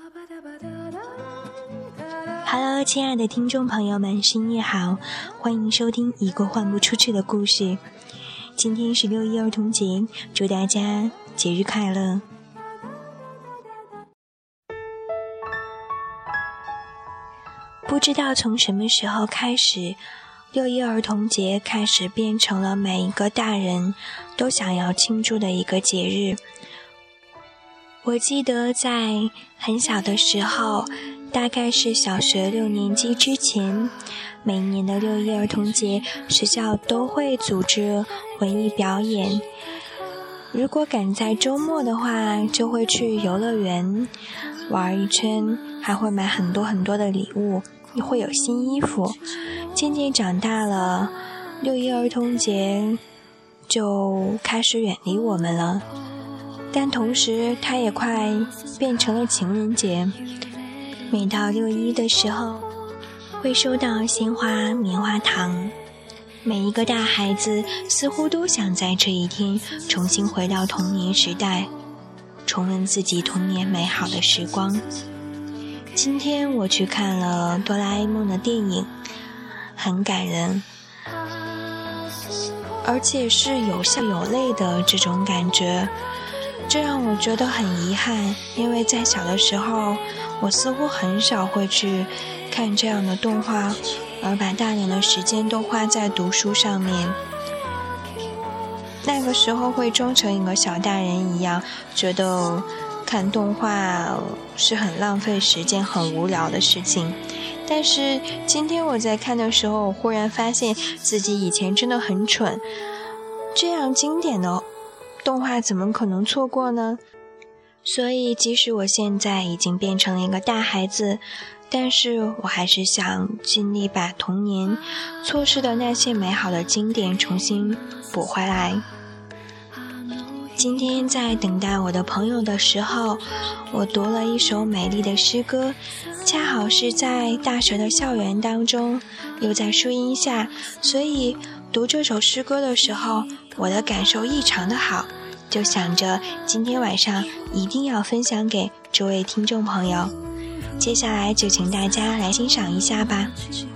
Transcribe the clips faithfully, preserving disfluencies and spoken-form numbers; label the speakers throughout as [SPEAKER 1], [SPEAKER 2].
[SPEAKER 1] Hello， 亲爱的听众朋友们，深夜好，欢迎收听一个换不出去的故事。今天是六一儿童节，祝大家节日快乐。不知道从什么时候开始，六一儿童节开始变成了每一个大人都想要庆祝的一个节日。我记得在很小的时候，大概是小学六年级之前，每年的六一儿童节，学校都会组织文艺表演。如果赶在周末的话，就会去游乐园玩一圈，还会买很多很多的礼物，也会有新衣服。渐渐长大了，六一儿童节就开始远离我们了，但同时它也快变成了情人节。每到六一的时候，会收到鲜花、棉花糖，每一个大孩子似乎都想在这一天重新回到童年时代，重温自己童年美好的时光。今天我去看了哆啦 A 梦的电影，很感人，而且是有笑有泪的这种感觉，这让我觉得很遗憾，因为在小的时候我似乎很少会去看这样的动画，而把大量的时间都花在读书上面。那个时候会装成一个小大人一样，觉得看动画是很浪费时间、很无聊的事情。但是今天我在看的时候，我忽然发现自己以前真的很蠢，这样经典的动画怎么可能错过呢？所以即使我现在已经变成了一个大孩子，但是我还是想尽力把童年错失的那些美好的经典重新补回来。今天在等待我的朋友的时候，我读了一首美丽的诗歌，恰好是在大学的校园当中，又在树荫下，所以读这首诗歌的时候，我的感受异常的好，就想着今天晚上一定要分享给诸位听众朋友。接下来就請大家來欣賞一下吧。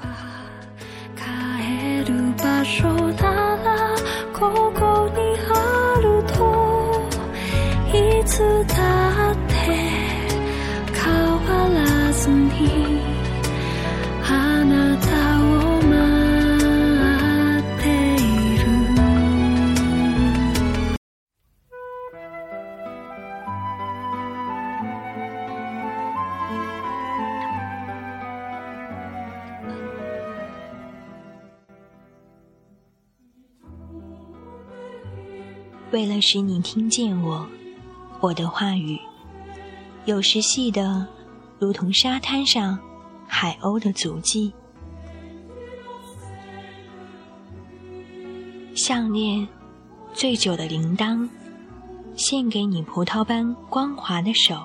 [SPEAKER 1] 为了使你听见我，我的话语有时细的如同沙滩上海鸥的足迹。项链，醉酒的铃铛，献给你葡萄般光滑的手。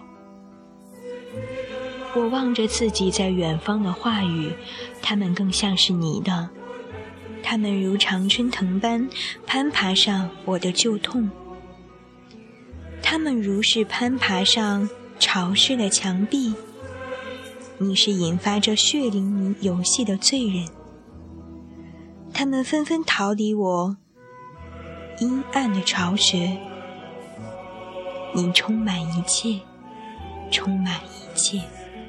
[SPEAKER 1] 我望着自己在远方的话语，它们更像是你的，它们如常春藤般攀爬上我的旧痛，它们如是攀爬上潮湿的墙壁。你是引发着血淋淋游戏的罪人，他们纷纷逃离我阴暗的巢穴。你充满一切，充满一切。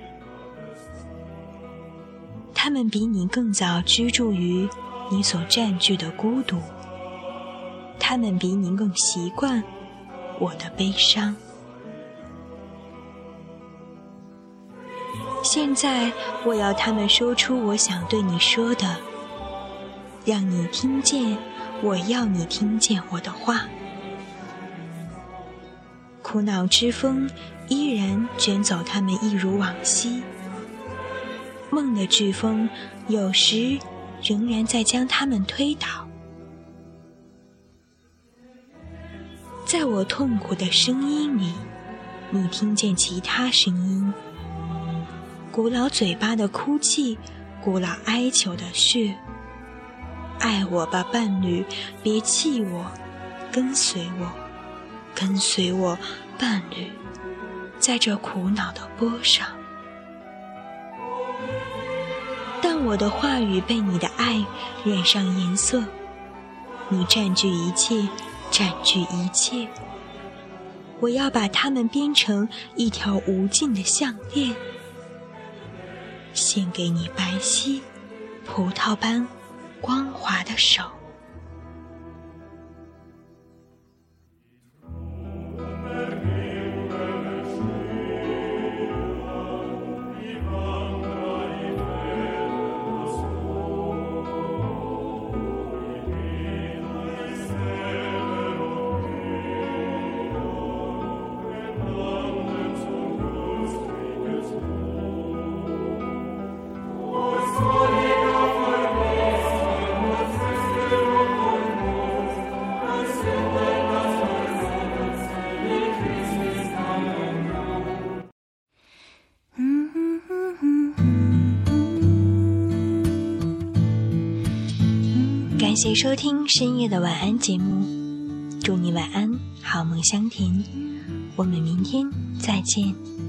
[SPEAKER 1] 他们比你更早居住于你所占据的孤独，他们比你更习惯我的悲伤。现在我要他们说出我想对你说的，让你听见我要你听见我的话。苦恼之风依然卷走他们一如往昔，梦的飓风有时仍然在将他们推倒。在我痛苦的声音里，你听见其他声音，古老嘴巴的哭泣，古老哀求的血。爱我吧，伴侣，别弃我，跟随我，跟随我，伴侣， 在这苦恼的波上。当我的话语被你的爱染上颜色，你占据一切，占据一切，我要把它们编成一条无尽的项链，献给你白皙葡萄般光滑的手。感谢收听深夜的晚安节目，祝你晚安，好梦香甜，我们明天再见。